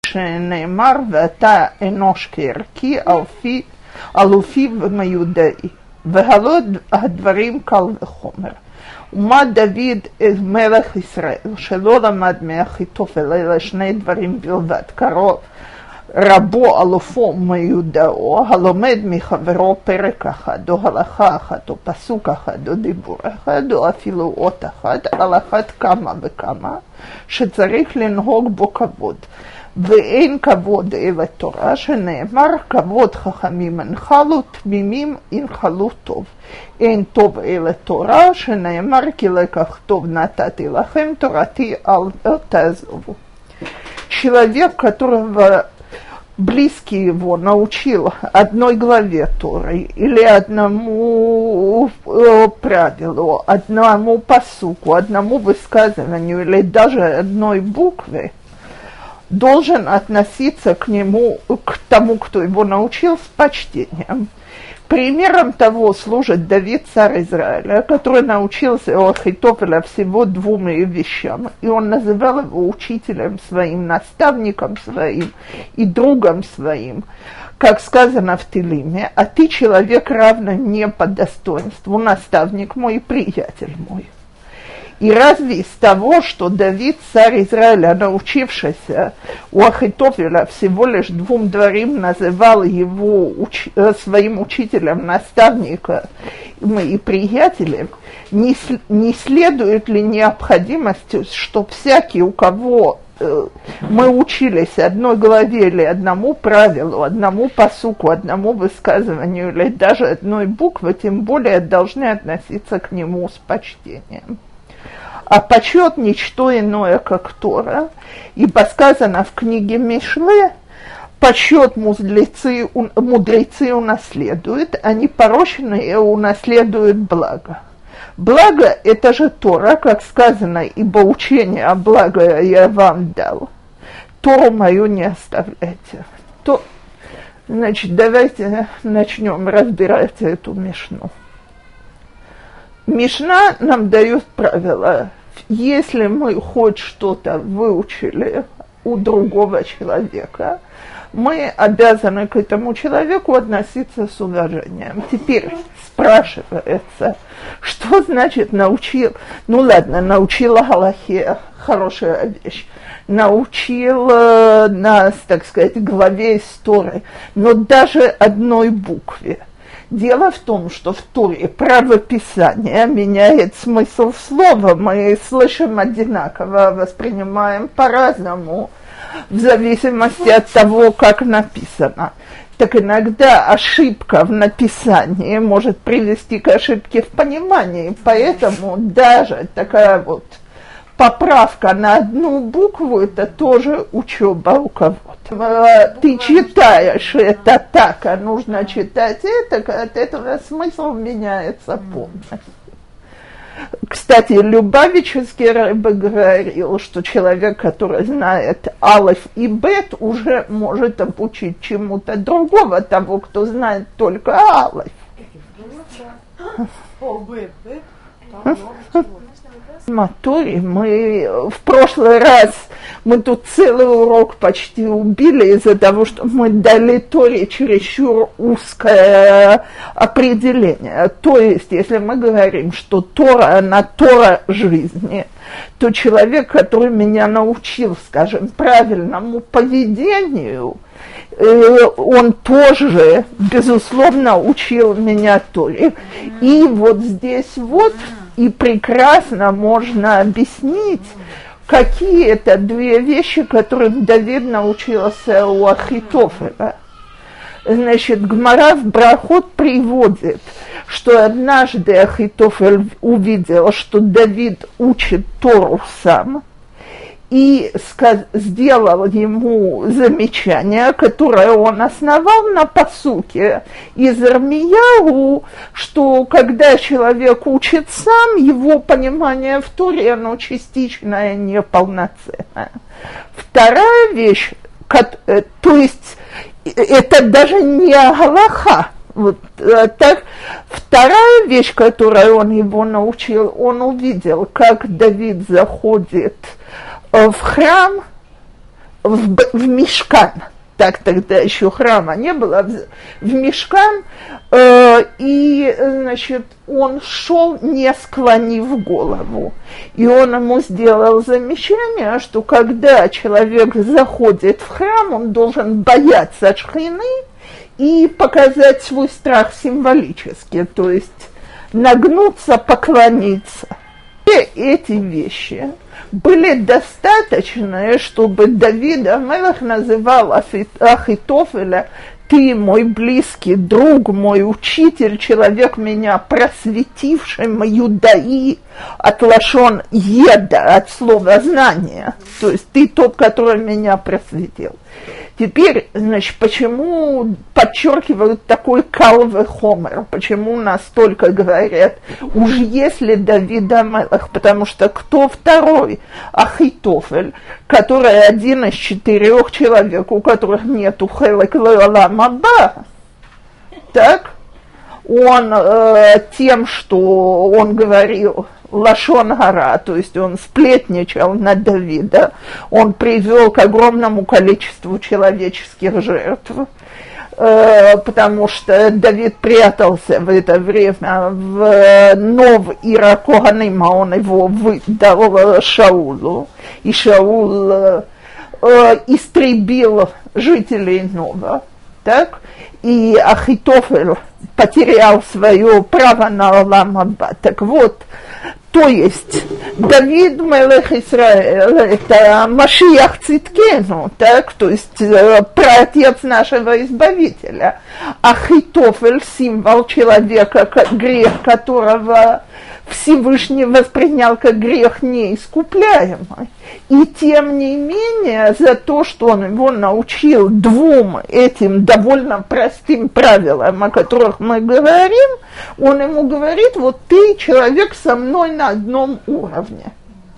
שנאמר, ואתה אנוש כערכי, אלופי ומיודעי. והלא הדברים קל וחומר. ומה דוד מלך ישראל, שלא למד מאחיתופל, אלא שני דברים בלבד, קרוב רבו אלופו מיודעו, הלומד מחברו פרק אחד, או הלכה אחת, או פסוק אחד, או דיבור אחד, או אפילו אות אחת, על אחת כמה וכמה, שצריך לנהוג בו כבוד. ואין כבוד אלא תורה, שנאמר כבוד חכמים הנחלו, תמימים ינחלו טוב. אין טוב אלא תורה, שנאמר כי לקח טוב натати לכם, תורתי אל תעזבו. Человек, которого близкий его научил одной главе Торы или одному правилу, одному пасуку, одному высказыванию или даже одной букве, должен относиться к нему, к тому, кто его научил, с почтением. Примером того служит Давид, царь Израиля, который научился у Ахитофеля всего двум вещам, и он называл его учителем своим, наставником своим и другом своим, как сказано в Тилиме, а ты человек равный мне по достоинству, наставник мой и приятель мой. И разве из того, что Давид, царь Израиля, научившийся у Ахитофеля всего лишь двум дворим, называл его своим учителем, наставником и приятелем, не следует ли необходимости, что всякий, у кого мы учились одной главе или одному правилу, одному пасуку, одному высказыванию или даже одной буквы, тем более должны относиться к нему с почтением. А почет ничто иное, как Тора, ибо сказано в книге Мишле, почет мудрецы унаследуют, а непорочные унаследуют благо. Благо – это же Тора, как сказано, ибо учение о благо я вам дал. Тору мою не оставляйте. Значит, давайте начнем разбирать эту Мишну. Мишна нам дает правила. Если мы хоть что-то выучили у другого человека, мы обязаны к этому человеку относиться с уважением. Теперь спрашивается, что значит научил? Ну ладно, научила галахе, хорошая вещь. Научил нас, так сказать, главе истории, но даже одной букве. Дело в том, что в Торе правописание меняет смысл слова. Мы слышим одинаково, воспринимаем по-разному, в зависимости от того, как написано. Так иногда ошибка в написании может привести к ошибке в понимании. Поэтому даже такая вот поправка на одну букву – это тоже учеба у кого-то. Ты читаешь это так, а нужно читать это, от этого смысл меняется полностью. Кстати, Любавический рэбе говорил, что человек, который знает алеф и бет, уже может обучить чему-то другого, того, кто знает только алеф. Моторе мы в прошлый раз тут целый урок почти убили из-за того, что мы дали Торе чересчур узкое определение. То есть, если мы говорим, что Тора, она Тора жизни, то человек, который меня научил, скажем, правильному поведению, он тоже, безусловно, учил меня Торе. И вот здесь вот и прекрасно можно объяснить, какие это две вещи, которым Давид научился у Ахитофеля. Значит, Гмара в Брахот приводит, что однажды Ахитофель увидел, что Давид учит Тору сам, и сделал ему замечание, которое он основал на пасуке из Ирмияу, что когда человек учит сам, его понимание в Торе, оно частичное, неполноценное. Вторая вещь, то есть это даже не галаха. Вот так. Вторая вещь, которую он его научил, он увидел, как Давид заходит в храм, в Мишкан. Так тогда еще храма не было, в Мишкан, и, значит, он шел, не склонив голову. И он ему сделал замечание, что когда человек заходит в храм, он должен бояться шхины и показать свой страх символически, то есть нагнуться, поклониться. Все эти вещи были достаточны, чтобы Давид а-Мелех называл Ахитофеля: «Ты мой близкий друг, мой учитель, человек, меня просветивший, мою даи», от лашон еда, от слова знания, то есть ты тот, который меня просветил. Теперь, значит, почему подчеркивают такой калве хомер, почему настолько говорят, уж если Давид а-Мелех, потому что кто второй? Ахитофель, который один из 4 человек, у которых нету хелек леолам аба, так? Он тем, что он говорил лашон гара, то есть он сплетничал на Давида, он привел к огромному количеству человеческих жертв, потому что Давид прятался в это время в Нов Ира Коганима, он его выдал Шаулу, и Шаул истребил жителей Нова, так? И Ахитофель потерял свое право на Олам аба. Так вот, то есть Давид Мелех Исраэль, это Машиах Циткену, так, то есть праотец нашего Избавителя. Ахитофель – символ человека, грех которого Всевышний воспринял как грех неискупляемый. И тем не менее, за то, что он его научил 2 этим довольно простым правилам, о которых мы говорим, он ему говорит: вот ты человек со мной на одном уровне.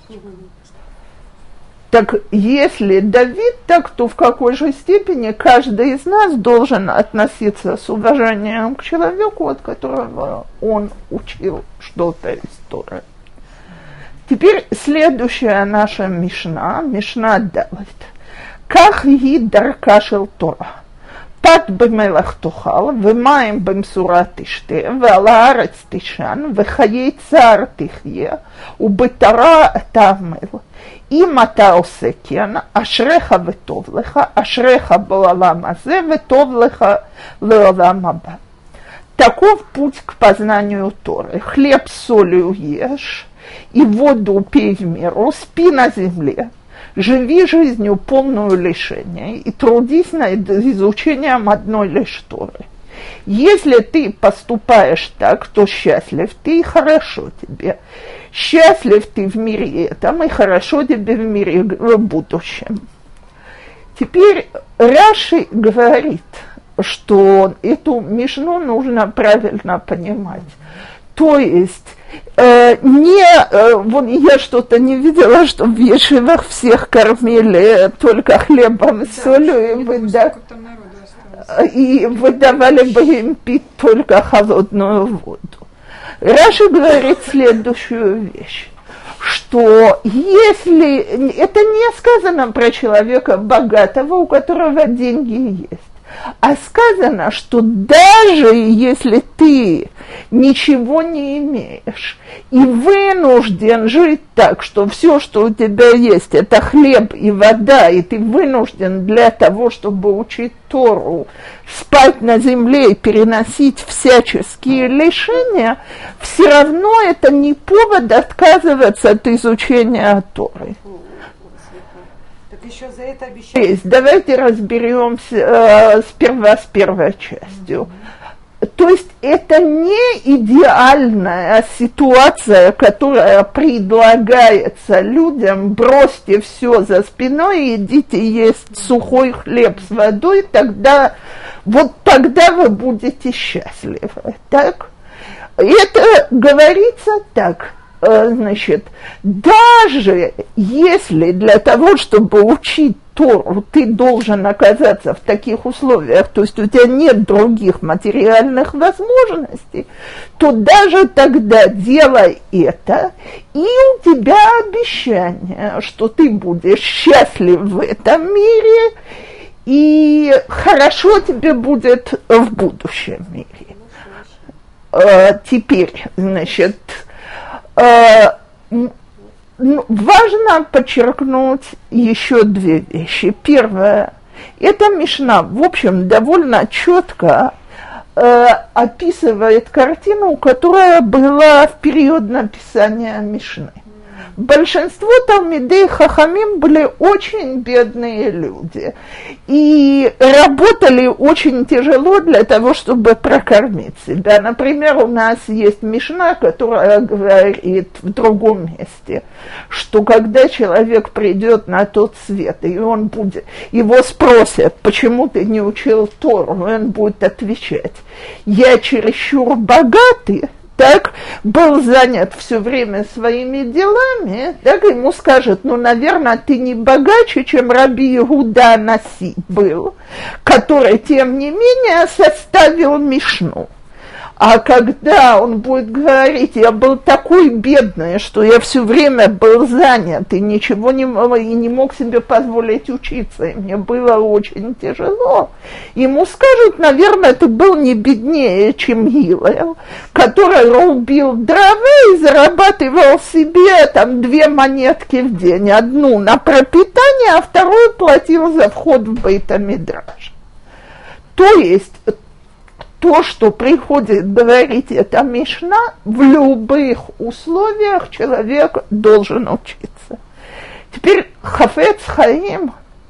Так если Давид так, то в какой же степени каждый из нас должен относиться с уважением к человеку, от которого он учил что-то из Торы. Теперь следующая наша Мишна Далет. Как ги дарка шел Тора. Пат бемелах тухал, вемаем бемсура тиште, валаарец тишан, вехаей цар тихье, убетара тавмел. אם אתה עושה כן, אשריך וטוב לך, אשריך בעולם הזה וטוב לך לעולם הבא. Таков путь к познанию Торы. Хлеб с солью ешь, и воду пей в меру, спи на земле, живи жизнью полную лишения и трудись над изучением одной лишь Торы. Если ты поступаешь так, то счастлив ты и хорошо тебе. Счастлив ты в мире этом и хорошо тебе в мире будущем. Теперь Раши говорит, что эту Мишну нужно правильно понимать. То есть, вот я что-то не видела, что в ешивах всех кормили только хлебом с солью и выдавали бы им пить только холодную воду. Раши говорит следующую вещь, что если, это не сказано про человека богатого, у которого деньги есть, а сказано, что даже если ты ничего не имеешь и вынужден жить так, что все, что у тебя есть, это хлеб и вода, и ты вынужден для того, чтобы учить Тору, спать на земле и переносить всяческие лишения, все равно это не повод отказываться от изучения Торы. Еще за это обещали. Давайте разберемся сперва с первой частью. То есть это не идеальная ситуация, которая предлагается людям: бросьте все за спиной и идите есть сухой хлеб с водой, тогда вы будете счастливы. Так? Это говорится так. значит, даже если для того, чтобы учить Тору, ты должен оказаться в таких условиях, то есть у тебя нет других материальных возможностей, то даже тогда делай это, и у тебя обещание, что ты будешь счастлив в этом мире, и хорошо тебе будет в будущем мире. Теперь, значит, важно подчеркнуть еще две вещи. Первое, эта Мишна, в общем, довольно четко описывает картину, которая была в период написания Мишны. Большинство талмидей хахамим были очень бедные люди и работали очень тяжело для того, чтобы прокормить себя. Например, у нас есть Мишна, которая говорит в другом месте, что когда человек придет на тот свет, и он будет, его спросят, почему ты не учил Тору, он будет отвечать: я чересчур богатый, так, был занят все время своими делами, так ему скажет: ну, наверное, ты не богаче, чем раби Иуда Наси был, который, тем не менее, составил Мишну. А когда он будет говорить: я был такой бедный, что я все время был занят и ничего не мог себе позволить учиться, и мне было очень тяжело, ему скажут: наверное, ты был не беднее, чем Гилел, который рубил дрова и зарабатывал себе там 2 монетки в день, одну на пропитание, а вторую платил за вход в Бейт-Мидраш. То есть то, что приходит говорить эта Мишна, в любых условиях человек должен учиться. Теперь Хафец Хаим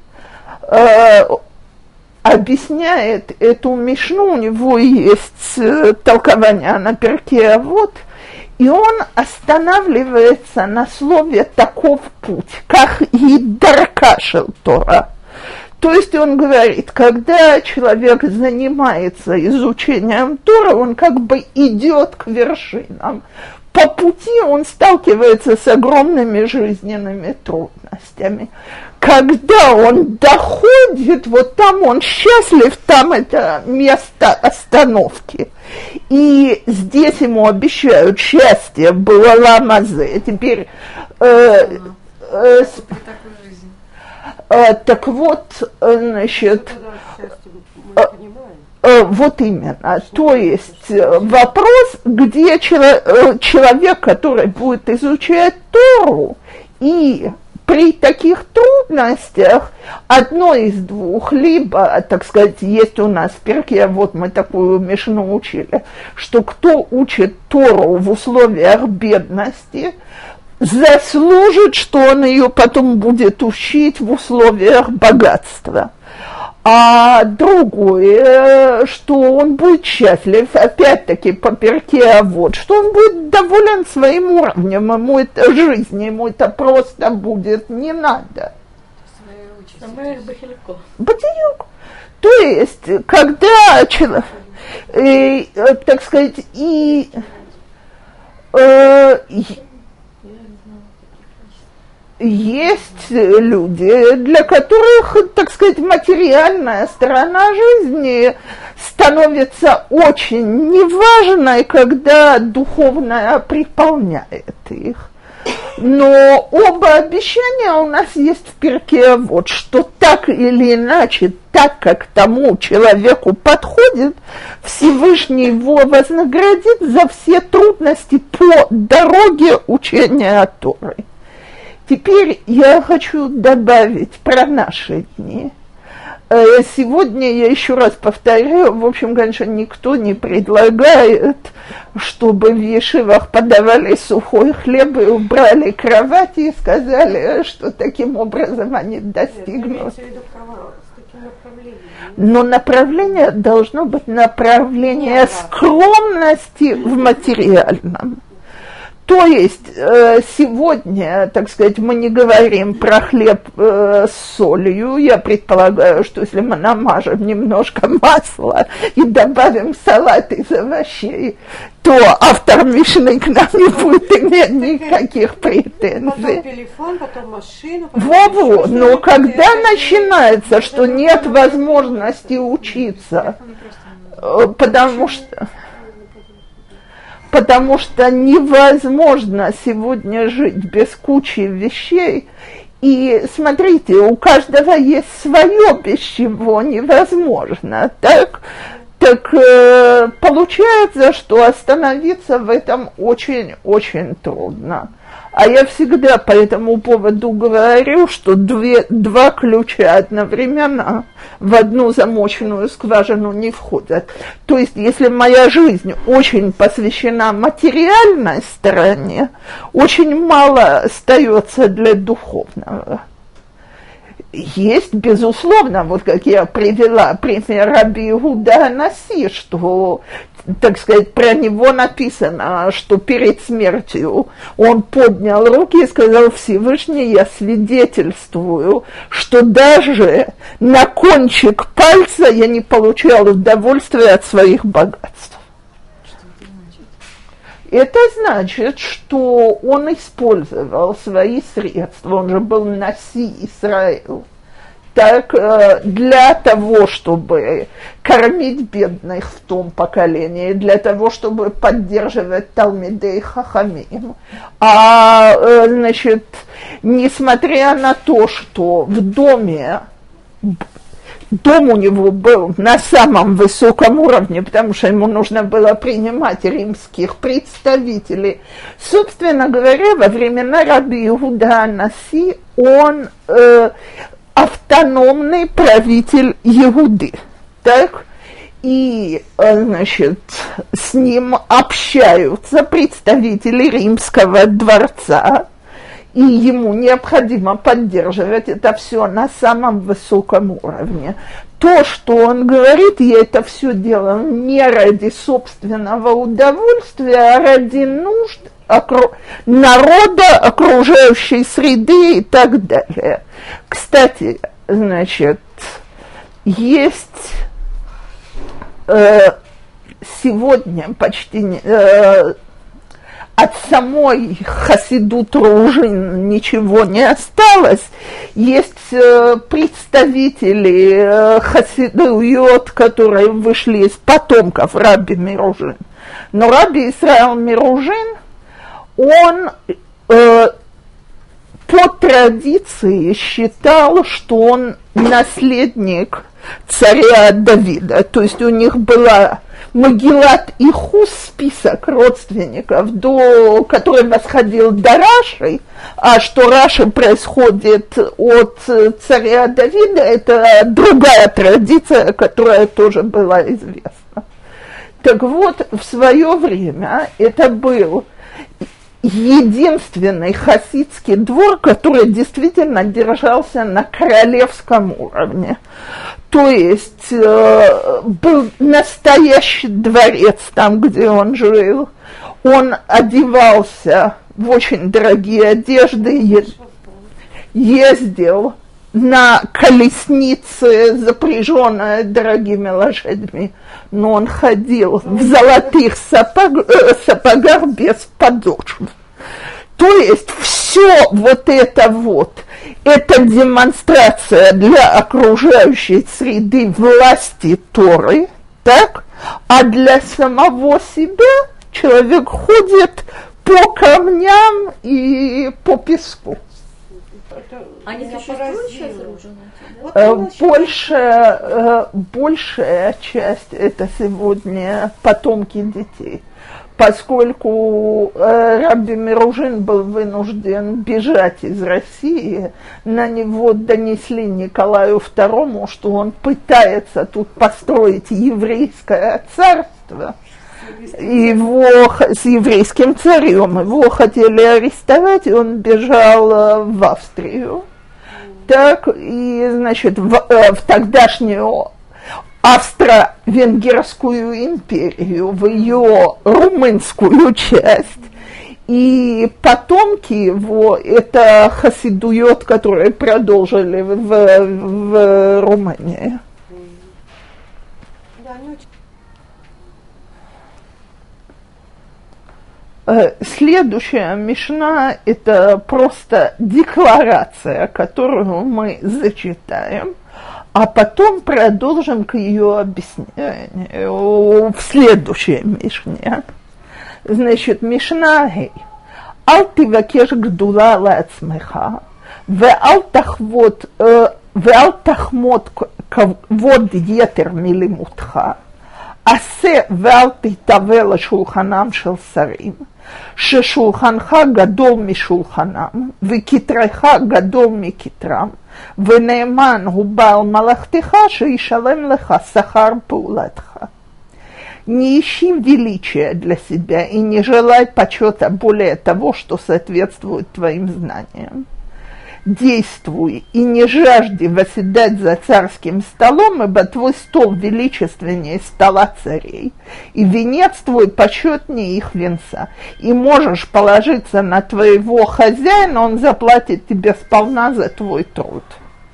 объясняет эту Мишну, у него есть толкование на Перкей Авот, и он останавливается на слове «таков путь», как «Идарка шел Тора». То есть он говорит, когда человек занимается изучением Торы, он как бы идет к вершинам. По пути он сталкивается с огромными жизненными трудностями. Когда он доходит, вот там он счастлив, там это место остановки. И здесь ему обещают счастье, было ламазе. Теперь... так вот, значит, вот именно, то есть вопрос, где человек, который будет изучать Тору, и при таких трудностях одно из двух, либо, так сказать, есть у нас в Перке, вот мы такую Мишну учили, что кто учит Тору в условиях бедности, заслужит, что он ее потом будет учить в условиях богатства. А другое, что он будет счастлив, опять-таки по Перке Авот, что он будет доволен своим уровнем, ему это жизнь, ему это просто будет не надо. Бадиюк. То есть, когда человек, так сказать, есть люди, для которых, так сказать, материальная сторона жизни становится очень неважной, когда духовная приполняет их. Но оба обещания у нас есть в Перке Авот, что так или иначе, так как тому человеку подходит, Всевышний его вознаградит за все трудности по дороге учения Торы. Теперь я хочу добавить про наши дни. Сегодня, я еще раз повторяю, в общем, конечно, никто не предлагает, чтобы в ешивах подавали сухой хлеб и убрали кровати и сказали, что таким образом они достигнут. Но направление должно быть направление скромности в материальном. То есть сегодня, так сказать, мы не говорим про хлеб с солью. Я предполагаю, что если мы намажем немножко масла и добавим салат из овощей, то автор Мишны к нам не будет иметь никаких претензий. Потом телефон, потом машину. Во-во, но когда начинается, что нет возможности учиться, потому что невозможно сегодня жить без кучи вещей. И смотрите, у каждого есть свое, без чего невозможно, так? Так получается, что остановиться в этом очень-очень трудно. А я всегда по этому поводу говорю, что два ключа одновременно в одну замоченную скважину не входят. То есть, если моя жизнь очень посвящена материальной стороне, очень мало остается для духовного. Есть, безусловно, вот как я привела пример Раби Иуда Анаси, что, так сказать, про него написано, что перед смертью он поднял руки и сказал: Всевышний, я свидетельствую, что даже на кончик пальца я не получал удовольствия от своих богатств. Это значит, что он использовал свои средства, он же был Наси Исраил, так, для того, чтобы кормить бедных в том поколении, для того, чтобы поддерживать Талмидей Хахамим. Значит, несмотря на то, что в доме, дом у него был на самом высоком уровне, потому что ему нужно было принимать римских представителей. Собственно говоря, во времена Раби Иуда Анаси он автономный правитель Иуды, так? И, значит, с ним общаются представители римского дворца, и ему необходимо поддерживать это все на самом высоком уровне. То, что он говорит, я это все делал не ради собственного удовольствия, а ради нужд народа, окружающей среды и так далее. Кстати, значит, есть сегодня почти от самой Хасидут Ружин ничего не осталось. Есть представители Хасидут, которые вышли из потомков Раби Миружин. Но Раби Исраил Миружин, он по традиции считал, что он наследник царя Давида. То есть у них была Магилат Ихус, список родственников, который восходил до Раши, а что Раши происходит от царя Давида, это другая традиция, которая тоже была известна. Так вот, в свое время это был единственный хасидский двор, который действительно держался на королевском уровне. То есть был настоящий дворец там, где он жил. Он одевался в очень дорогие одежды, ездил на колеснице, запряженной дорогими лошадьми, но он ходил в золотых сапогах без подошв. То есть все вот это демонстрация для окружающей среды власти Торы, так? А для самого себя человек ходит по камням и по песку. Они существуют сейчас, Ружа? Большая часть это сегодня потомки детей. Поскольку Раби Миружин был вынужден бежать из России, на него донесли Николаю II, что он пытается тут построить еврейское царство, его с еврейским царем. Его хотели арестовать, и он бежал в Австрию. Так, и, значит, в тогдашнюю Австро-Венгерскую империю, в ее румынскую часть. И потомки его, это хасидуйот, которые продолжили в Румынии. Следующая мишна – это просто декларация, которую мы зачитаем, а потом продолжим к ее объяснению в следующей мишне. Значит, мишна гей. Ал тивакеш гдула лацмеха, веал тахмот кавод йетер милимутха, עשה ואל תתאווה לשולחנם של שרים, ששולחנך גדול משולחנם, וכתרך גדול מכתרם, ונאמן הוא בעל מלאכתך שישלם לך שכר פעולתך. Не ищи величия для себя и не желай почета более того, что соответствует твоим знаниям. Действуй и не жажди восседать за царским столом, ибо твой стол величественнее стола царей, и венец твой почетнее их венца. И можешь положиться на твоего хозяина, он заплатит тебе сполна за твой труд.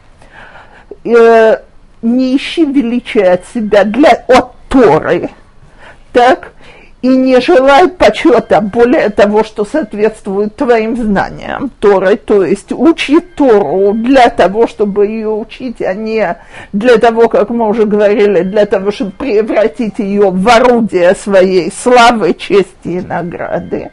Не ищи величия от себя от Торы, так? И не желай почета более того, что соответствует твоим знаниям Торы, то есть учи Тору для того, чтобы ее учить, а не для того, как мы уже говорили, для того, чтобы превратить ее в орудие своей славы, чести и награды.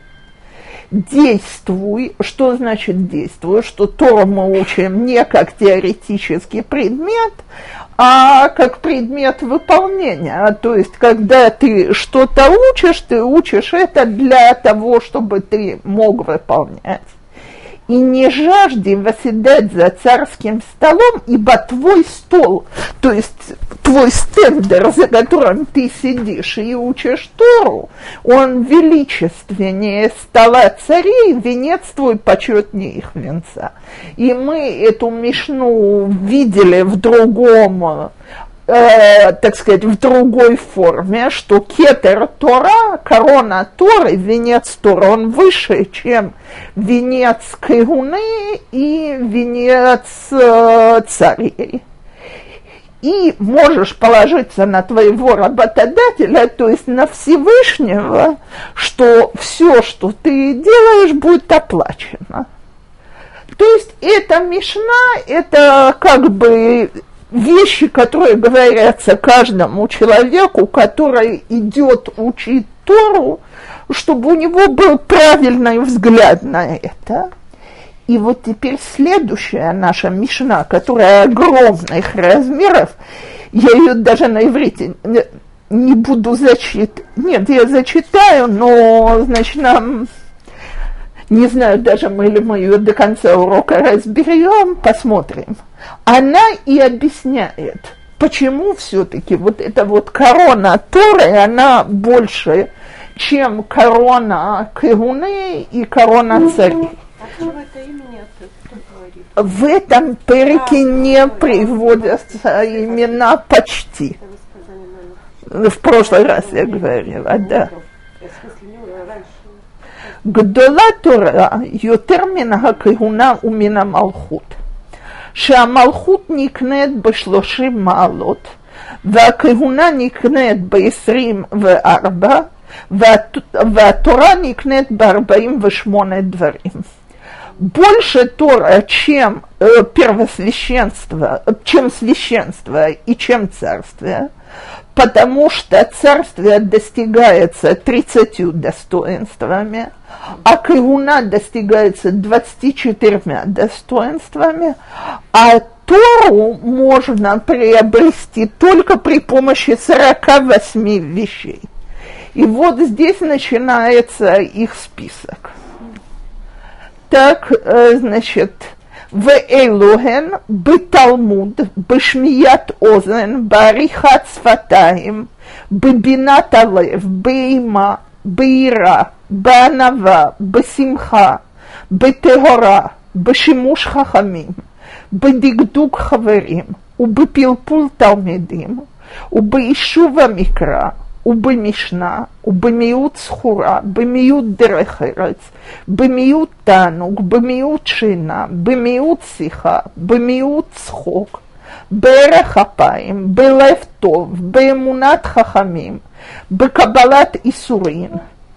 Действуй. Что значит действуй? Что Тору мы учим не как теоретический предмет, а как предмет выполнения. То есть, когда ты что-то учишь, ты учишь это для того, чтобы ты мог выполнять. И не жажди восседать за царским столом, ибо твой стол, то есть твой стендер, за которым ты сидишь и учишь Тору, он величественнее стола царей, венец твой почетнее их венца. И мы эту мишну видели в другом, так сказать, в другой форме, что кетер Тора, корона Торы, венец Торы, он выше, чем венец кегуны и венец царей. И можешь положиться на твоего работодателя, то есть на Всевышнего, что все, что ты делаешь, будет оплачено. То есть эта мишна, это как бы вещи, которые говорятся каждому человеку, который идет учить Тору, чтобы у него был правильный взгляд на это. И вот теперь следующая наша мишна, которая огромных размеров, я ее даже на иврите не буду зачитывать. Нет, я зачитаю, но, значит, нам... Не знаю, даже мы ее до конца урока разберем, посмотрим. Она и объясняет, почему все-таки вот эта вот корона Торы, она больше, чем корона кегуны и корона царей. А чего это имени кто говорит? В этом переке не приводятся имена почти. В прошлый раз я говорила, да. גדולה תורה יותר מן הכהונה ומן המלכות, שהמלכות נקנית ב30 מעלות, והכהונה נקנית ב24, והתורה נקנית ב48 דברים. Больше Тора, чем первосвященство, чем священство и чем царствие, потому что царствие достигается 30 достоинствами, а кегуна достигается 24 достоинствами, а Тору можно приобрести только при помощи 48 вещей. И вот здесь начинается их список. Так, значит, в Элухен, Беталмуд, Бешмият Озен, Барихат Сфатаим, Бебинат Алев, Бейма, Бейра, Банава, Бесимха, Бетегора, Бешимуш Хахамим, Бедигдук Хаверим, Убепилпул Талмедим, Убеишува Микра, ובמשנה, ובמיעוט סחורה, במיעוט דרך ארץ, במיעוט תענוג, במיעוט שינה, במיעוט שיחה, במיעוט צחוק, בערך אפיים, בלב טוב, באמונת חכמים, בקבלת איסורין,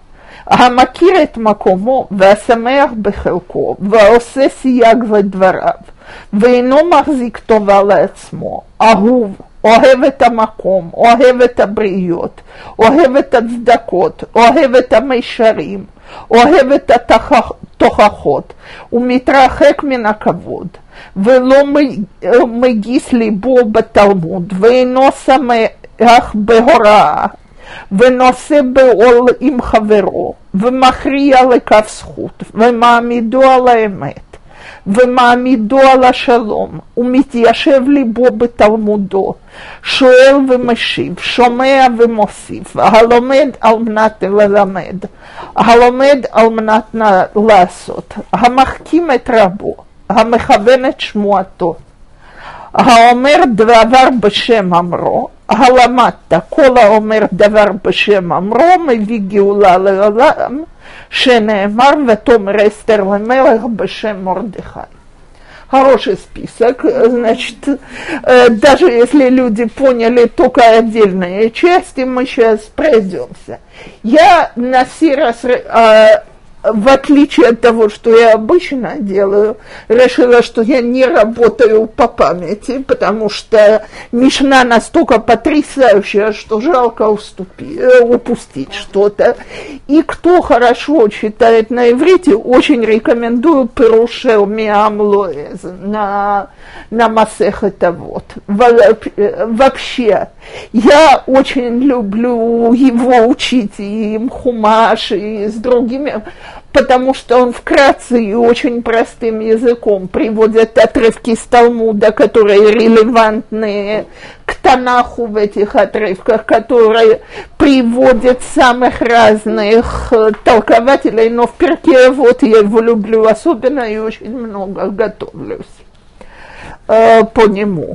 המכיר את מקומו והשמח בחלקו, והעושה סייג לדבריו, ואינו מחזיק טובה לעצמו, אהוב, אוהב את המקום, אוהב את הבריות, אוהב את הצדקות, אוהב את המישרים, אוהב את התוכחות, ומתרחק מן הכבוד, ולא מגיס ליבו בתלמוד, ואינו שמח בהוראה, ונושא בעול עם חברו, ומכריע לכף זכות, ומעמידו על האמת, ומעמידו על השלום, ומתיישב ליבו בתלמודו, שואל ומשיב, שומע ומוסיף, הלומד על מנת ללמד, הלומד על מנת לעשות, המחכים את רבו, המכוון את שמועתו, האומר דבר בשם אמרו, הלמדת, כל האומר דבר בשם אמרו, מביא גאולה לעולם, שנאמר, ותאמר אסתר למלך בשем Мордехай. Хороший список, значит, даже если люди поняли только отдельные части, мы сейчас пройдемся. Я на сей раз, в отличие от того, что я обычно делаю, решила, что я не работаю по памяти, потому что Мишна настолько потрясающая, что жалко упустить что-то. И кто хорошо читает на иврите, очень рекомендую Пирушел Миам Лоэз на Масехет Авот. Вообще, я очень люблю его учить и им Хумаш, и с другими, потому что он вкратце и очень простым языком приводит отрывки из Талмуда, которые релевантны к Танаху в этих отрывках, которые приводят самых разных толкователей, но в Перке вот я его люблю особенно и очень много готовлюсь по нему.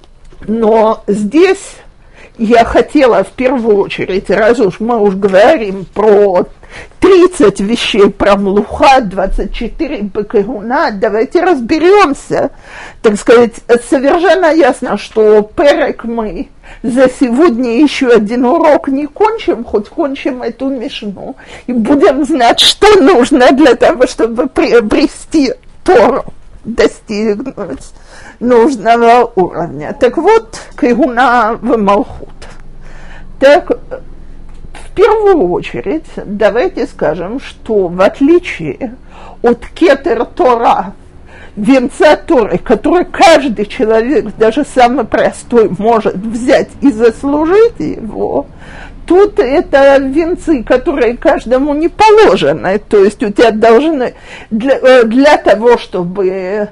Но здесь я хотела в первую очередь, раз уж мы говорим про 30 вещей про Млуха, 24 Бекегуна, давайте разберемся. Так сказать, совершенно ясно, что перек мы за сегодня еще один урок не кончим, хоть кончим эту мишну, и будем знать, что нужно для того, чтобы приобрести Тору, достигнуть нужного уровня. Так вот, Кегуна в Малхут. Так, в первую очередь, давайте скажем, что в отличие от Кетер Тора, венца Торы, который каждый человек, даже самый простой, может взять и заслужить его, тут это венцы, которые каждому не положены. То есть у тебя должны, для того, чтобы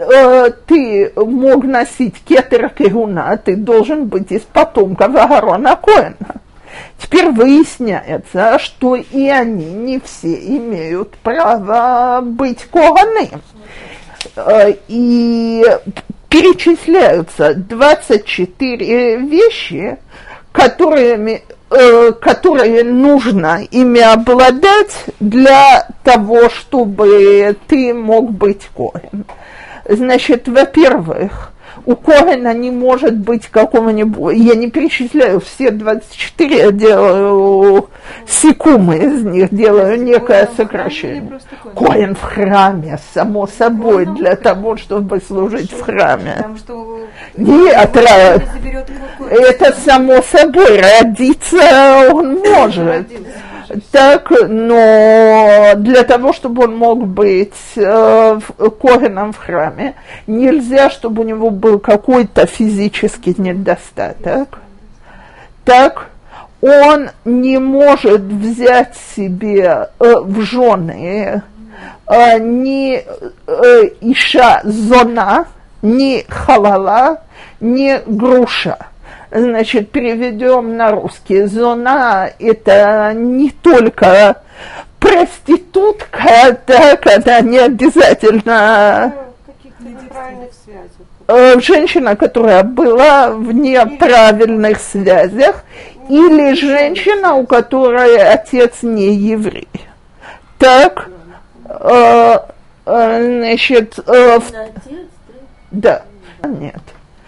ты мог носить кетер кегуна, ты должен быть из потомков Аарона Коэна. Теперь выясняется, что и они не все имеют право быть коганым. И перечисляются 24 вещи, которые нужно ими обладать для того, чтобы ты мог быть коэн. Значит, во-первых, у коэна не может быть какого-нибудь, я не перечисляю все 24, я делаю секумы из них, делаю некое сокращение. Коэн в храме, само собой, для того, чтобы служить в храме. Нет, это само собой, родиться он может. Так, но для того, чтобы он мог быть коэном в храме, нельзя, чтобы у него был какой-то физический недостаток. Так, он не может взять себе в жены ни иша зона, ни халала, ни груша. Значит, переведем на русский. Зона – это не только проститутка, так, она не обязательно женщина, которая была в неправильных связях, или женщина, у которой отец не еврей. Так, значит, да, нет.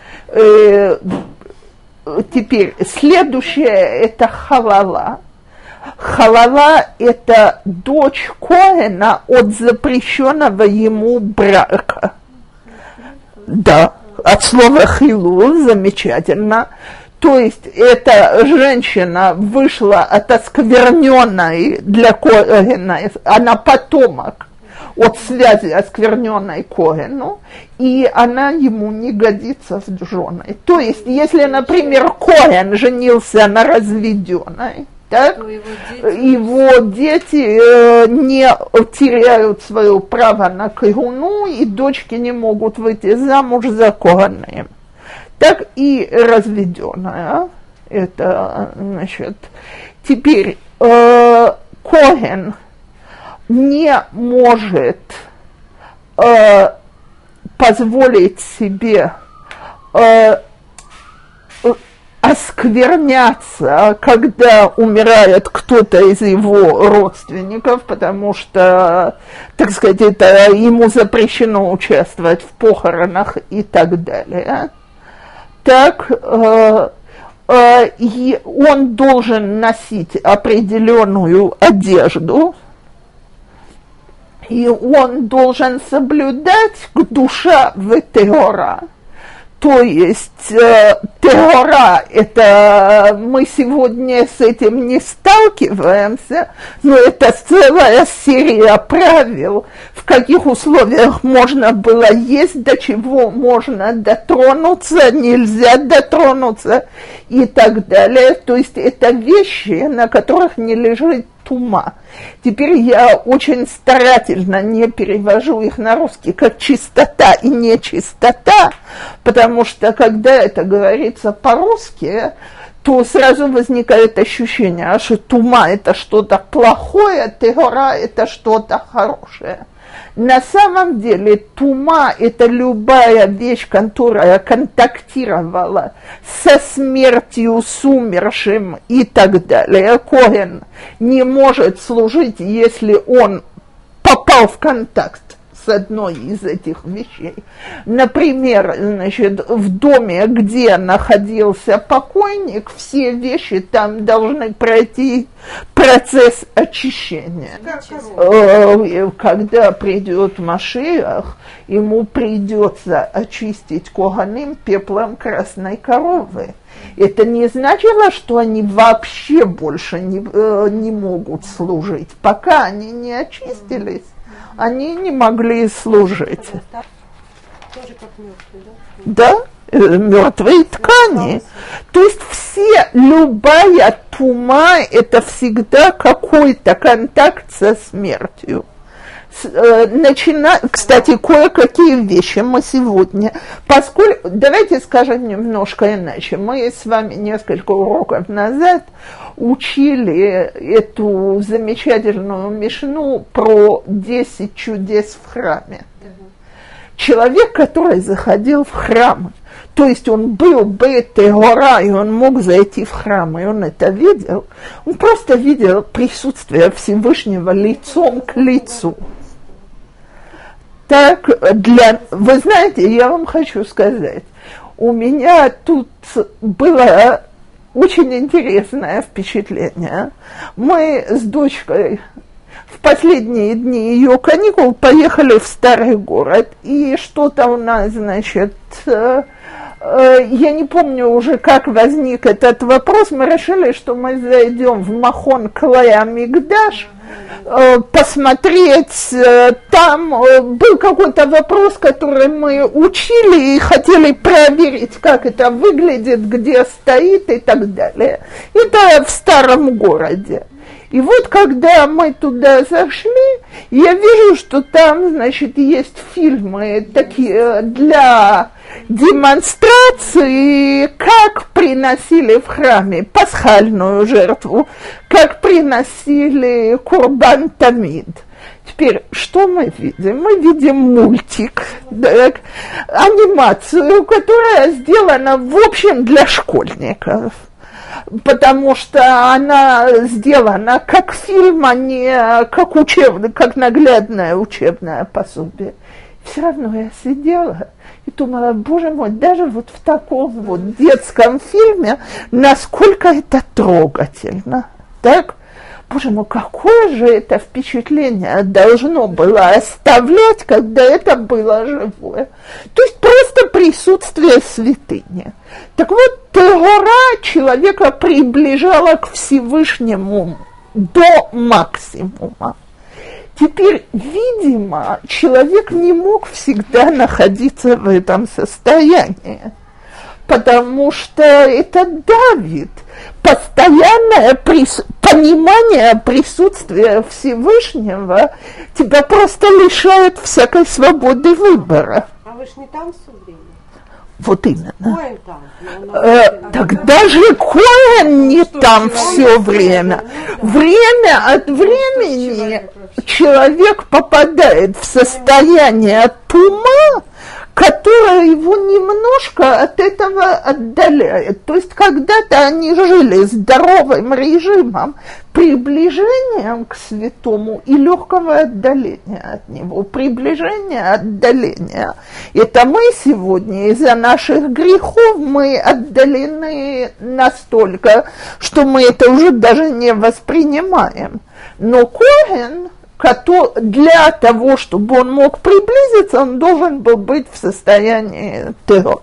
Теперь следующее это халала. Халала это дочь Коэна от запрещенного ему брака. Да, от слова хилул, замечательно. То есть эта женщина вышла от оскверненной для Коэна, она потомок от связи оскверненной Коэну, и она ему не годится с женой. То есть, если, например, Коэн женился на разведенной, так, его дети не теряют свое право на кегуну, и дочки не могут выйти замуж за Коэном. Так и разведенная. Это, значит, теперь Коэн не может позволить себе оскверняться, когда умирает кто-то из его родственников, потому что, так сказать, это ему запрещено участвовать в похоронах и так далее. Так, и он должен носить определенную одежду, и он должен соблюдать душа в теора. То есть теора, это мы сегодня с этим не сталкиваемся, но это целая серия правил, в каких условиях можно было есть, до чего можно дотронуться, нельзя дотронуться и так далее. То есть это вещи, на которых не лежит тума. Теперь я очень старательно не перевожу их на русский как чистота и нечистота, потому что когда это говорится по-русски, то сразу возникает ощущение, что тума – это что-то плохое, тегора – это что-то хорошее. На самом деле тума – это любая вещь, которая контактировала со смертью, с умершим и так далее. Коэн не может служить, если он попал в контакт с одной из этих вещей. Например, значит, в доме, где находился покойник, все вещи там должны пройти процесс очищения. Когда придет Машиах, ему придется очистить коганым пеплом красной коровы. Это не значило, что они вообще больше не могут служить, пока они не очистились. Они не могли служить. Тоже как мертвые, да? Да, мертвые ткани. То есть любая тума – это всегда какой-то контакт со смертью. Кстати, кое-какие вещи мы сегодня, поскольку, давайте скажем немножко иначе, мы с вами несколько уроков назад учили эту замечательную мишну про 10 чудес в храме. Человек, который заходил в храм, то есть он был бет-гора, и он мог зайти в храм, и он это видел, он просто видел присутствие Всевышнего лицом к лицу. Так, вы знаете, я вам хочу сказать, у меня тут было очень интересное впечатление. Мы с дочкой в последние дни ее каникул поехали в старый город, и что-то у нас, значит, я не помню уже, как возник этот вопрос, мы решили, что мы зайдем в Махон Клея Мигдаш, посмотреть, там был какой-то вопрос, который мы учили и хотели проверить, как это выглядит, где стоит и так далее. Это в старом городе. И вот когда мы туда зашли, я вижу, что там, значит, есть фильмы такие для демонстрации, как приносили в храме пасхальную жертву, как приносили курбан тамид. Теперь, что мы видим? Мы видим мультик, так, анимацию, которая сделана, в общем, для школьников. потому что она сделана как фильм, а не как как наглядное учебное пособие. Все равно я сидела и думала, боже мой, даже вот в таком вот детском фильме, насколько это трогательно, так? Боже мой, какое же это впечатление должно было оставлять, когда это было живое. То есть просто присутствие святыни. Так вот, тегора человека приближала к Всевышнему до максимума. Теперь, видимо, человек не мог всегда находиться в этом состоянии, потому что это давит. Постоянное понимание присутствия Всевышнего тебя просто лишает всякой свободы выбора. А вы ж не там все время? Вот именно. Коэн там. Тогда же Коэн не там все время. Время от времени человек попадает в состояние тума, которая его немножко от этого отдаляет. То есть когда-то они жили здоровым режимом, приближением к святому и легкого отдаления от него. Приближение, отдаление. Это мы сегодня из-за наших грехов мы отдалены настолько, что мы это уже даже не воспринимаем. Но Коэн, для того, чтобы он мог приблизиться, он должен был быть в состоянии террора.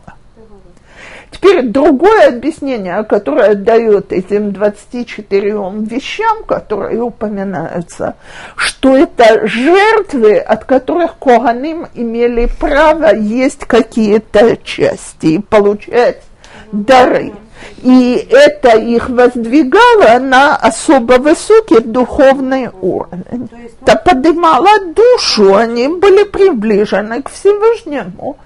Теперь другое объяснение, которое дает этим 24 вещам, которые упоминаются, что это жертвы, от которых коганим имели право есть какие-то части и получать дары. И это их воздвигало на особо высокий духовный уровень. Это поднимало душу, они были приближены к Всевышнему.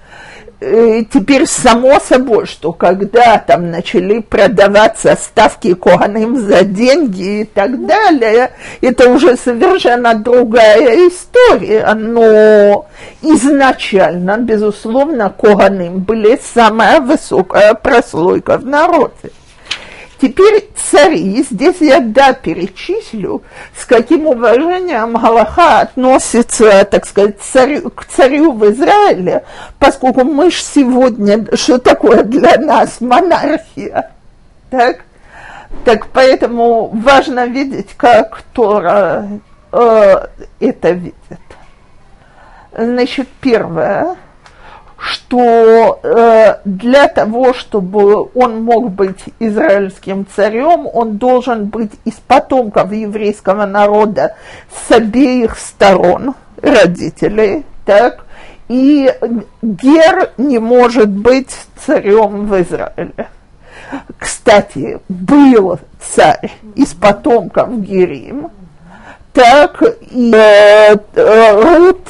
И теперь само собой, что когда там начали продаваться ставки коганим за деньги и так далее, это уже совершенно другая история. Но изначально, безусловно, коганим были самая высокая прослойка в народе. Теперь цари, здесь я перечислю, с каким уважением галаха относится, так сказать, к царю в Израиле, поскольку мы ж сегодня, что такое для нас монархия, так поэтому важно видеть, как Тора это видит. Значит, первое, что для того, чтобы он мог быть израильским царем, он должен быть из потомков еврейского народа с обеих сторон родителей, так, и гер не может быть царем в Израиле. Кстати, был царь из потомков Герим, так, и Рут,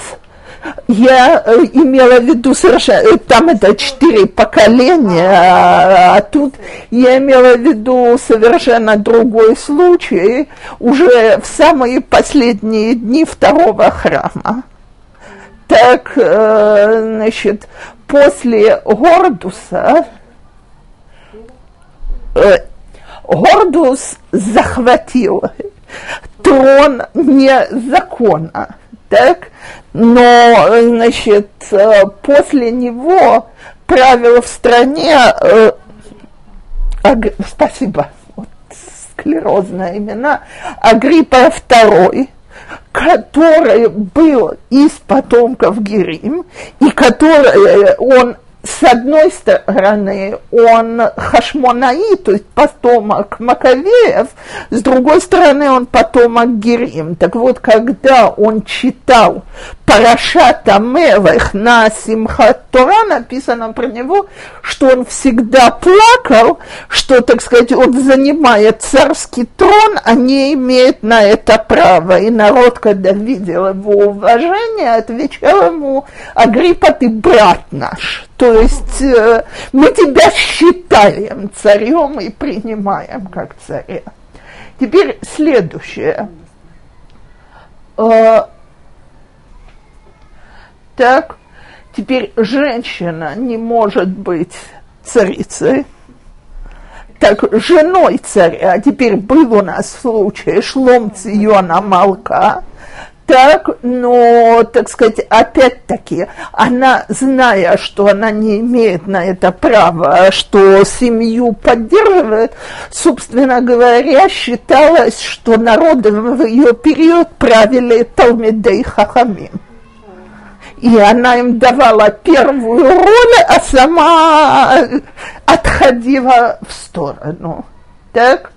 я имела в виду совершенно, там это 4 поколения, а тут я имела в виду совершенно другой случай, уже в самые последние дни второго храма. Так, значит, после Гордуса, Гордус захватил трон незаконно. Так, но, значит, после него правил в стране, спасибо, вот, склерозное имена, Агриппа II, который был из потомков Герим, и который, он, с одной стороны, он хашмонаи, то есть потомок Маковеев, с другой стороны, он потомок Герим. Так вот, когда он читал Парашат Амелех на Симхат Тора, написано про него, что он всегда плакал, что, так сказать, он занимает царский трон, а не имеет на это права. И народ, когда видел его уважение, отвечал ему: Агриппа, ты брат наш. То есть мы тебя считаем царем и принимаем как царя. Теперь следующее. Так, теперь женщина не может быть царицей. так женой царя, а теперь был у нас случай Шлом Циона Малка, так, но, так сказать, опять-таки, она, зная, что она не имеет на это права, что семью поддерживает, собственно говоря, считалось, что народом в ее период правили Талмидей Хахамим. И она им давала первую роль, а сама отходила в сторону. Так?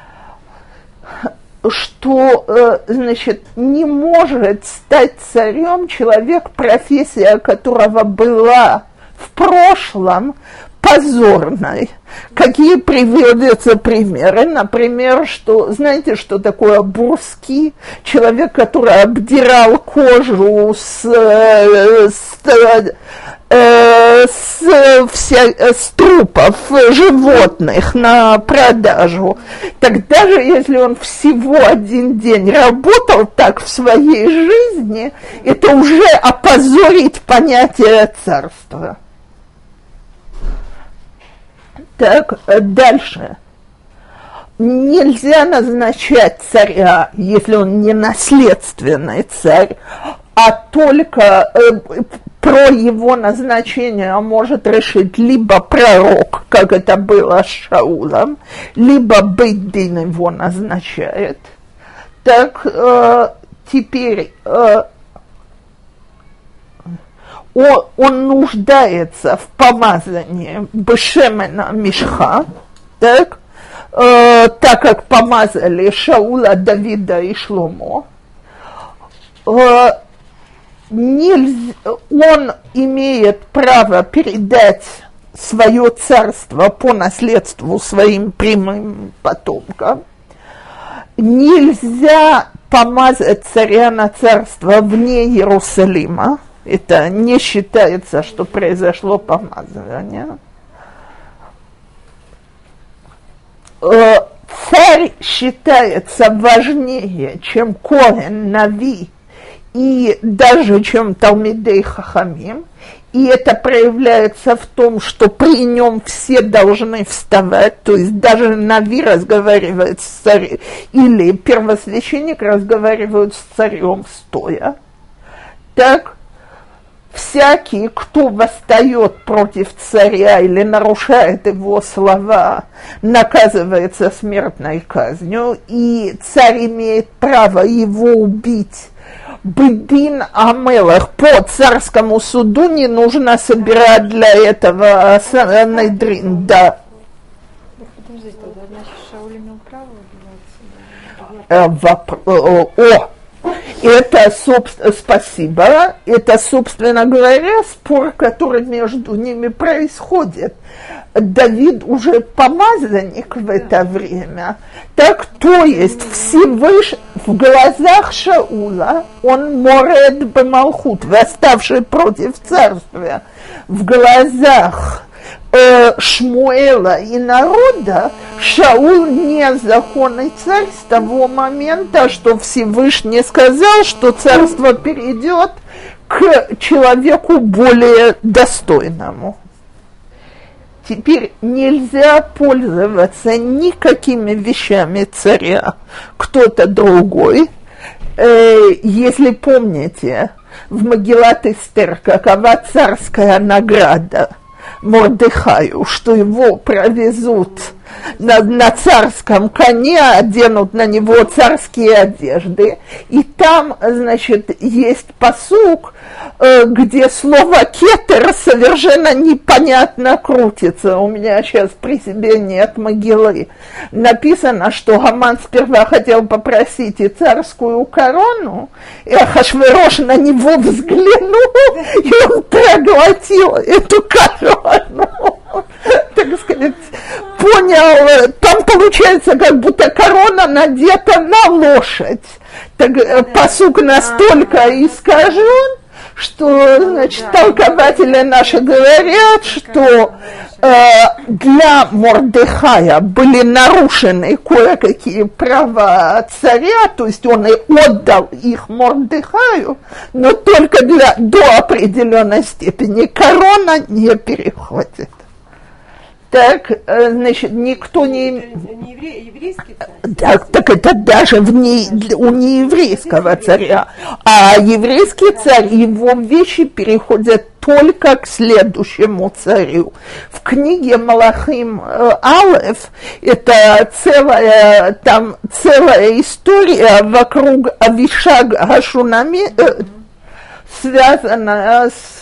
Что, значит, не может стать царем человек, профессия которого была в прошлом позорной. Какие приводятся примеры? Например, что, знаете, что такое бурски? Человек, который обдирал кожу с трупов животных на продажу. Так даже если он всего один день работал так в своей жизни, это уже опозорить понятие царства. Так, дальше. Нельзя назначать царя, если он не наследственный царь, а только про его назначение может решить либо пророк, как это было с Шаулом, либо Бейт-Дин его назначает. Так, теперь он нуждается в помазании Бешемена Мишха, так, так как помазали Шаула, Давида и Шломо. Он имеет право передать свое царство по наследству своим прямым потомкам. Нельзя помазать царя на царство вне Иерусалима. Это не считается, что произошло помазание. Царь считается важнее, чем Коэн, Нави и даже чем Талмидей Хахамим. И это проявляется в том, что при нем все должны вставать, то есть даже Нави разговаривает с царем, или первосвященник разговаривает с царем стоя. Так, всякий, кто восстает против царя или нарушает его слова, наказывается смертной казнью, и царь имеет право его убить. Бедин Амелах, по царскому суду не нужно собирать для этого санедрин, да. Подождите, тогда, значит, Шауль имел право убивать? Это, спасибо, это, собственно говоря, спор, который между ними происходит. Давид уже помазанник в это время, так, то есть Всевышний в глазах Шаула, он морет бемалхут, восставший против царствия, в глазах Шмуэла и народа, Шаул не законный царь с того момента, что Всевышний сказал, что царство перейдет к человеку более достойному. Теперь нельзя пользоваться никакими вещами царя, кто-то другой. Если помните, в Магилат Эстер какова царская награда Мордехаю, что его провезут на царском коне, оденут на него царские одежды, и там, значит, есть пасук, где слово «кетер» совершенно непонятно крутится. У меня сейчас при себе нет могилы. Написано, что Гаман сперва хотел попросить и царскую корону, и Ахашверош на него взглянул, и он проглотил эту корону. Так сказать, понял, там получается, как будто корона надета на лошадь. Так пасук настолько искажен, что, значит, толкователи наши говорят, что для Мордехая были нарушены кое-какие права царя, то есть он и отдал их Мордехаю, но только до определенной степени корона не переходит. Так, значит, никто не... Не еврейский царь? Так это даже у нееврейского царя. А еврейский царь, его вещи переходят только к следующему царю. В книге Малахим Алеф это целая история вокруг Авишаг Гашунами, связанная с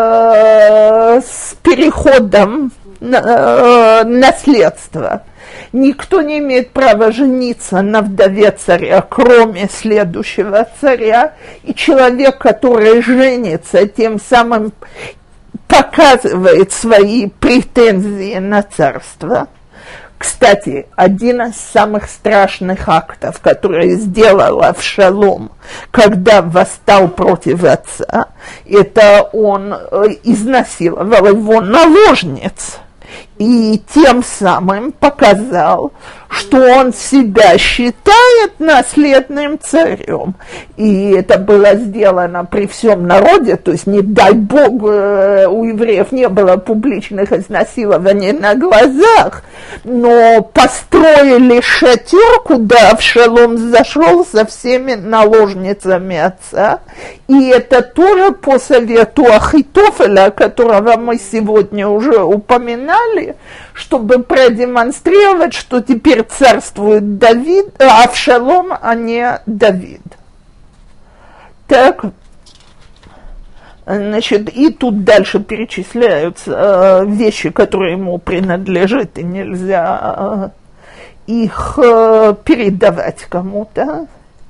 переходом наследства. Никто не имеет права жениться на вдове царя, кроме следующего царя. И человек, который женится, тем самым показывает свои претензии на царство. Кстати, один из самых страшных актов, который сделал Авшалом, когда восстал против отца, это он изнасиловал его наложниц. И тем самым показал, что он себя считает наследным царем. И это было сделано при всем народе, то есть, не дай бог, у евреев не было публичных изнасилований на глазах, но построили шатер, куда Авшалом зашел со всеми наложницами отца. И это тоже по совету Ахитофеля, которого мы сегодня уже упоминали, чтобы продемонстрировать, что теперь царствует Давид, Авшалом, а не Давид. Так, значит, и тут дальше перечисляются вещи, которые ему принадлежат, и нельзя их передавать кому-то.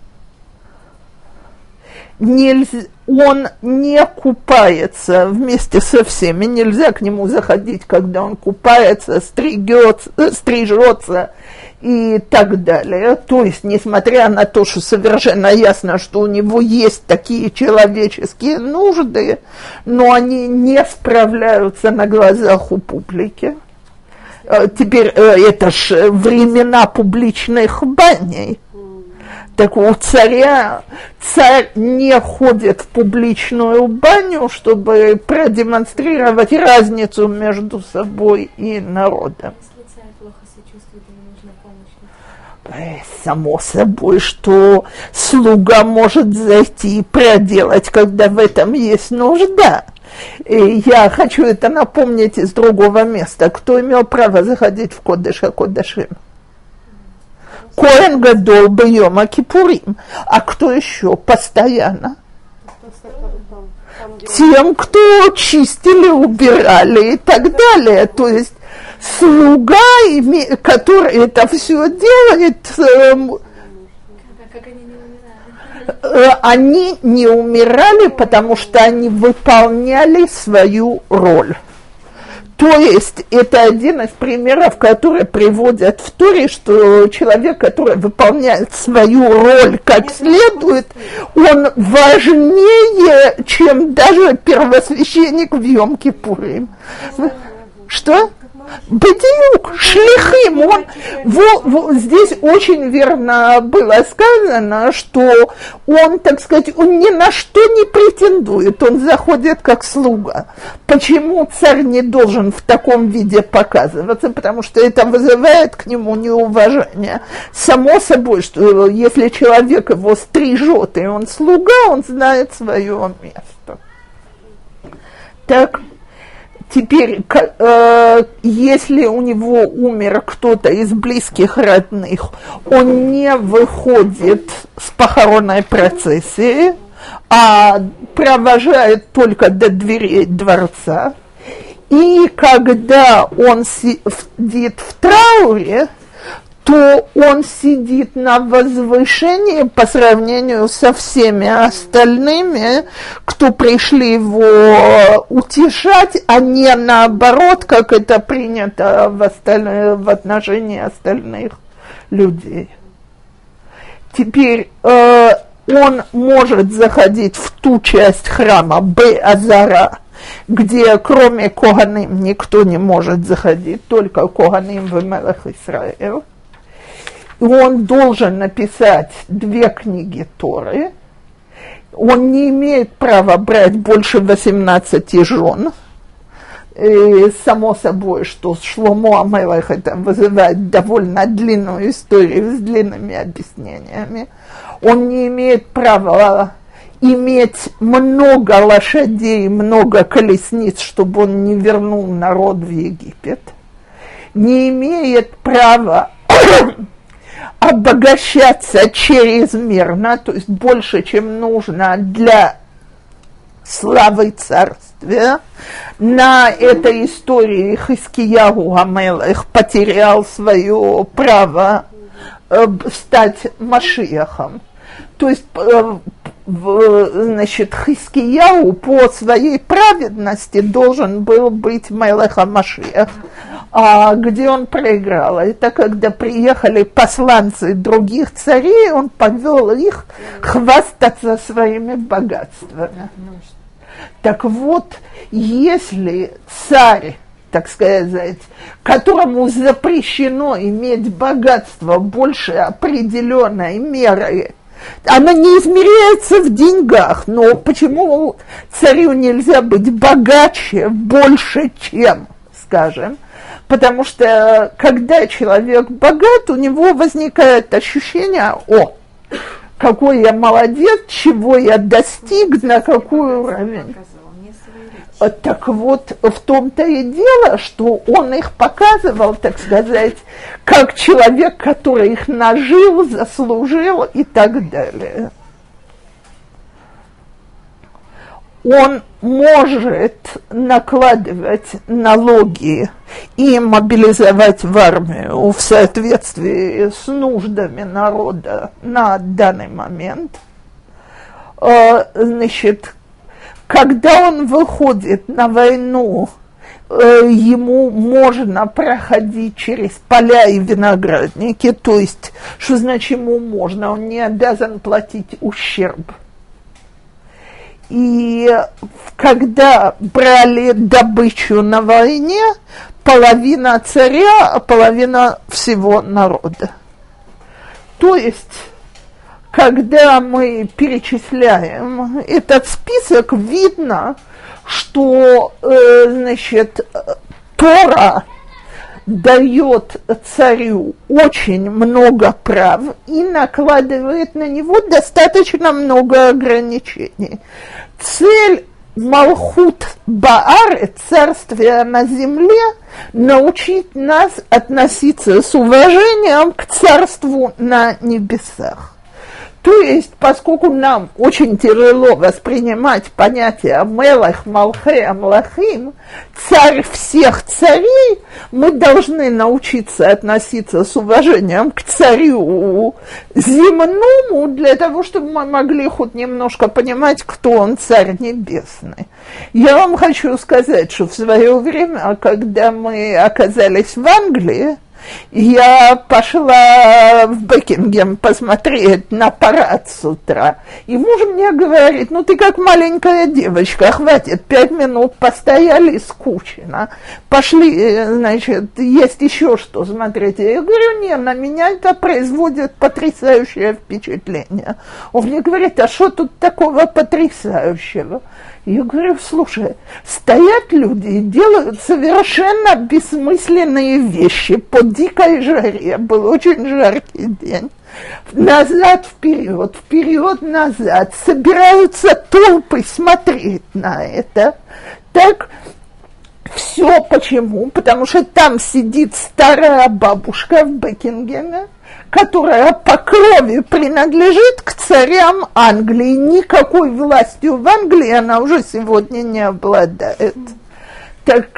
Он не купается вместе со всеми, нельзя к нему заходить, когда он купается, стрижется и так далее. То есть, несмотря на то, что совершенно ясно, что у него есть такие человеческие нужды, но они не справляются на глазах у публики. Теперь это ж времена публичных баней. Так у царя, царь не ходит в публичную баню, чтобы продемонстрировать разницу между собой и народом. Если царь плохо себя чувствует, ему нужна помощь. Само собой, что слуга может зайти и проделать, когда в этом есть нужда. И я хочу это напомнить из другого места. Кто имел право заходить в Кодеш ха-Кодашим? Коэн Гадол б'Йома Кипурим. А кто еще постоянно? Тем, кто чистили, убирали и так далее. То есть слуга, который это все делает, Как они не умирали? они не умирали, потому что они выполняли свою роль. То есть это один из примеров, которые приводят в Торе, что человек, который выполняет свою роль как следует, он важнее, чем даже первосвященник в Йом-Кипурим. Что? Бедиюк, шлихим, он, здесь очень верно было сказано, что он, так сказать, он ни на что не претендует, он заходит как слуга. Почему царь не должен в таком виде показываться? Потому что это вызывает к нему неуважение. Само собой, что если человек его стрижет, и он слуга, он знает свое место. Так. Теперь, если у него умер кто-то из близких родных, он не выходит с похоронной процессии, а провожает только до дверей дворца. И когда он сидит в трауре, то он сидит на возвышении по сравнению со всеми остальными, кто пришли его утешать, а не наоборот, как это принято в отношении остальных людей. Теперь он может заходить в ту часть храма Бе-Азара, где кроме Коганим никто не может заходить, только Коганим в Мелех Исраэль. И он должен написать 2 книги Торы. Он не имеет права брать больше 18 жен. И само собой, что Шломо ха-Мелех это вызывает довольно длинную историю с длинными объяснениями. Он не имеет права иметь много лошадей, много колесниц, чтобы он не вернул народ в Египет. Не имеет права обогащаться чрезмерно, то есть больше, чем нужно для славы царствия. На этой истории Хискияху ха-Мелех потерял свое право стать Машиахом. То есть, значит, Хискияху по своей праведности должен был быть Мелех ха-Машиах. А где он проиграл? Это когда приехали посланцы других царей, он повел их хвастаться своими богатствами. Так вот, если царь, так сказать, которому запрещено иметь богатство больше определенной меры, она не измеряется в деньгах, но почему царю нельзя быть богаче больше, чем, скажем? Потому что, когда человек богат, у него возникает ощущение, какой я молодец, чего я достиг, на какой уровень. Так вот, в том-то и дело, что он их показывал, так сказать, как человек, который их нажил, заслужил и так далее. Он может накладывать налоги и мобилизовать в армию в соответствии с нуждами народа на данный момент. Значит, когда он выходит на войну, ему можно проходить через поля и виноградники, то есть, что значит ему можно, он не обязан платить ущерб. И когда брали добычу на войне, половина царя, а половина всего народа. То есть, когда мы перечисляем этот список, видно, что, значит, Тора дает царю очень много прав и накладывает на него достаточно много ограничений. Цель Малхут Баар, царствие на земле, научить нас относиться с уважением к царству на небесах. То есть, поскольку нам очень тяжело воспринимать понятие Мелех, Малхе, Амлахим, царь всех царей, мы должны научиться относиться с уважением к царю земному, для того, чтобы мы могли хоть немножко понимать, кто он, царь небесный. Я вам хочу сказать, что в свое время, когда мы оказались в Англии, я пошла в Бекингем посмотреть на парад с утра, и муж мне говорит, ну ты как маленькая девочка, хватит, 5 минут постояли, скучно, пошли, значит, есть еще что смотреть. Я говорю, нет, на меня это производит потрясающее впечатление. Он мне говорит, а что тут такого потрясающего? Я говорю, слушай, стоят люди и делают совершенно бессмысленные вещи по дикой жаре, был очень жаркий день, назад, вперед, вперед, назад, собираются толпы смотреть на это, так, все почему? Потому что там сидит старая бабушка в Бекингеме, которая по крови принадлежит к царям Англии. Никакой властью в Англии она уже сегодня не обладает. Так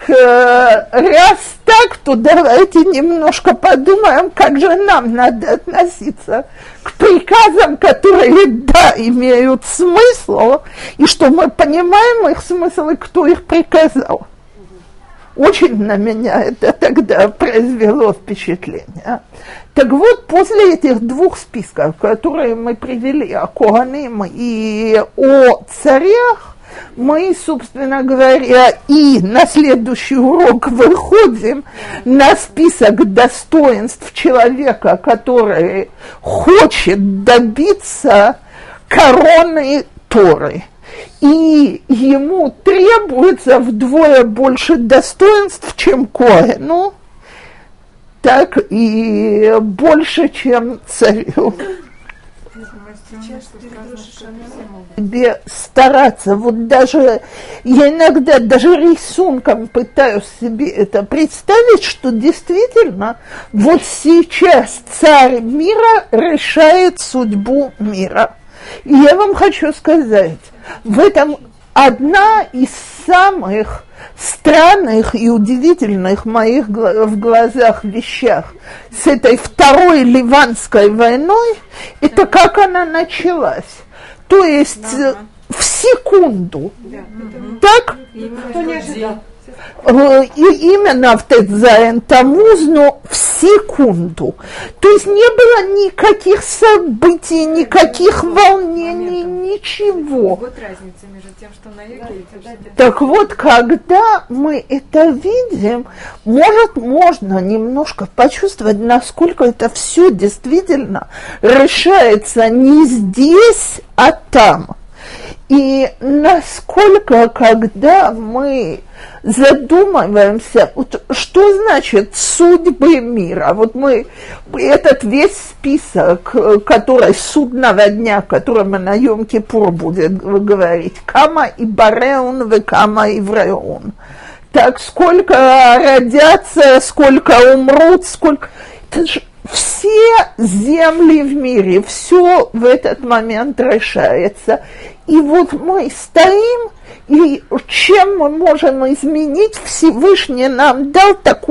раз так, то давайте немножко подумаем, как же нам надо относиться к приказам, которые, да, имеют смысл, и что мы понимаем их смысл и кто их приказал. Очень на меня это тогда произвело впечатление. Так вот, после этих двух списков, которые мы привели о Коганим и о царях, мы, собственно говоря, и на следующий урок выходим на список достоинств человека, который хочет добиться короны Торы. и ему требуется вдвое больше достоинств, чем Коэну, так и больше, чем царю. Тебе стараться, вот даже, я иногда даже рисунком пытаюсь себе это представить, что действительно вот сейчас царь мира решает судьбу мира. И я вам хочу сказать, в этом одна из самых странных и удивительных моих в глазах вещах с этой второй Ливанской войной, это как она началась. То есть в секунду. Так? Никто не ожидал. И именно в Тет-Зайн Таммуз, но в секунду. То есть не было никаких событий, никаких волнений, ничего. Вот разница между тем, что на юге и тем, что... Так вот, когда мы это видим, можно немножко почувствовать, насколько это все действительно решается не здесь, а там. И насколько, когда мы задумываемся, вот, что значит судьбы мира, вот мы этот весь список, который судного дня, который мы на Йом-Кипур будем говорить, Кама и Бареун, Кама и Вреун, так сколько родятся, сколько умрут, сколько... Это же все земли в мире, все в этот момент решается. И вот мы стоим, и чем мы можем изменить, Всевышний нам дал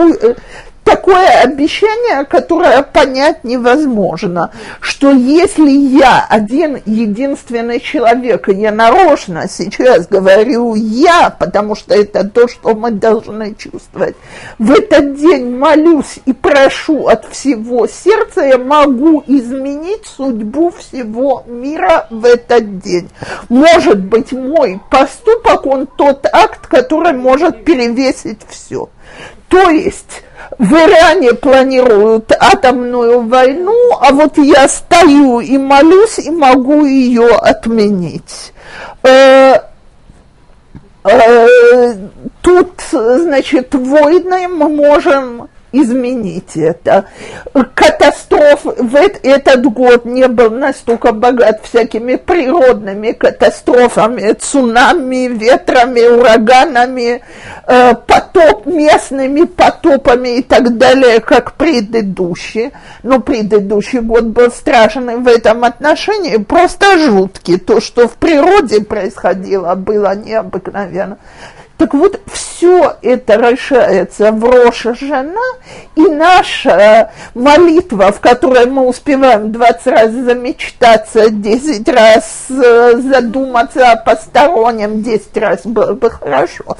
такое обещание, которое понять невозможно, что если я один единственный человек, и я нарочно сейчас говорю «я», потому что это то, что мы должны чувствовать, в этот день молюсь и прошу от всего сердца, я могу изменить судьбу всего мира в этот день. Может быть, мой поступок, он тот акт, который может перевесить все. То есть в Иране планируют атомную войну, а вот я стою и молюсь, и могу ее отменить. Тут, значит, войны мы можем изменить это. Этот год не был настолько богат всякими природными катастрофами, цунами, ветрами, ураганами, местными потопами и так далее, как предыдущий. Но предыдущий год был страшный в этом отношении, просто жуткий. То, что в природе происходило, было необыкновенно. Так вот, все это решается в Рош ха-Шана, и наша молитва, в которой мы успеваем 20 раз замечтаться, 10 раз задуматься о постороннем, 10 раз было бы хорошо.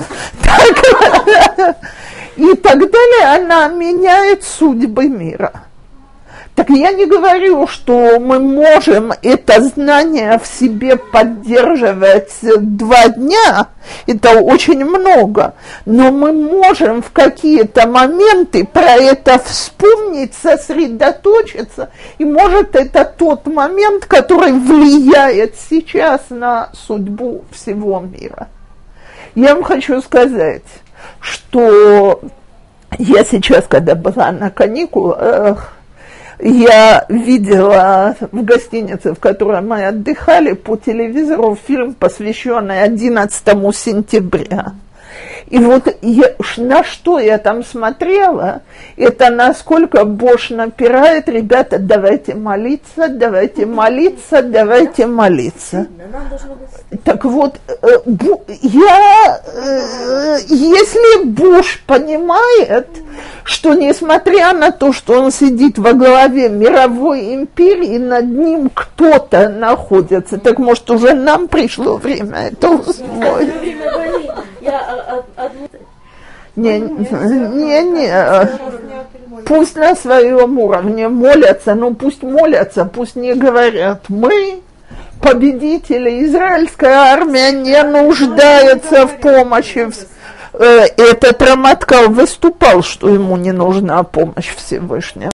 И так далее, она меняет судьбы мира. Так я не говорю, что мы можем это знание в себе поддерживать 2 дня, это очень много, но мы можем в какие-то моменты про это вспомнить, сосредоточиться, и может это тот момент, который влияет сейчас на судьбу всего мира. Я вам хочу сказать, что я сейчас, когда была на каникулах, я видела в гостинице, в которой мы отдыхали, по телевизору фильм, посвященный 11 сентября. И вот на что я там смотрела, это насколько Бош напирает: ребята, давайте молиться, давайте молиться, давайте молиться. Так вот, если Буш понимает, что несмотря на то, что он сидит во главе мировой империи, над ним кто-то находится, так может уже нам пришло время это усвоить. Не. Пусть на своем уровне молятся, но пусть молятся, пусть не говорят: мы, победители, израильская армия не нуждается в помощи. Этот Раматкал выступал, что ему не нужна помощь Всевышнего.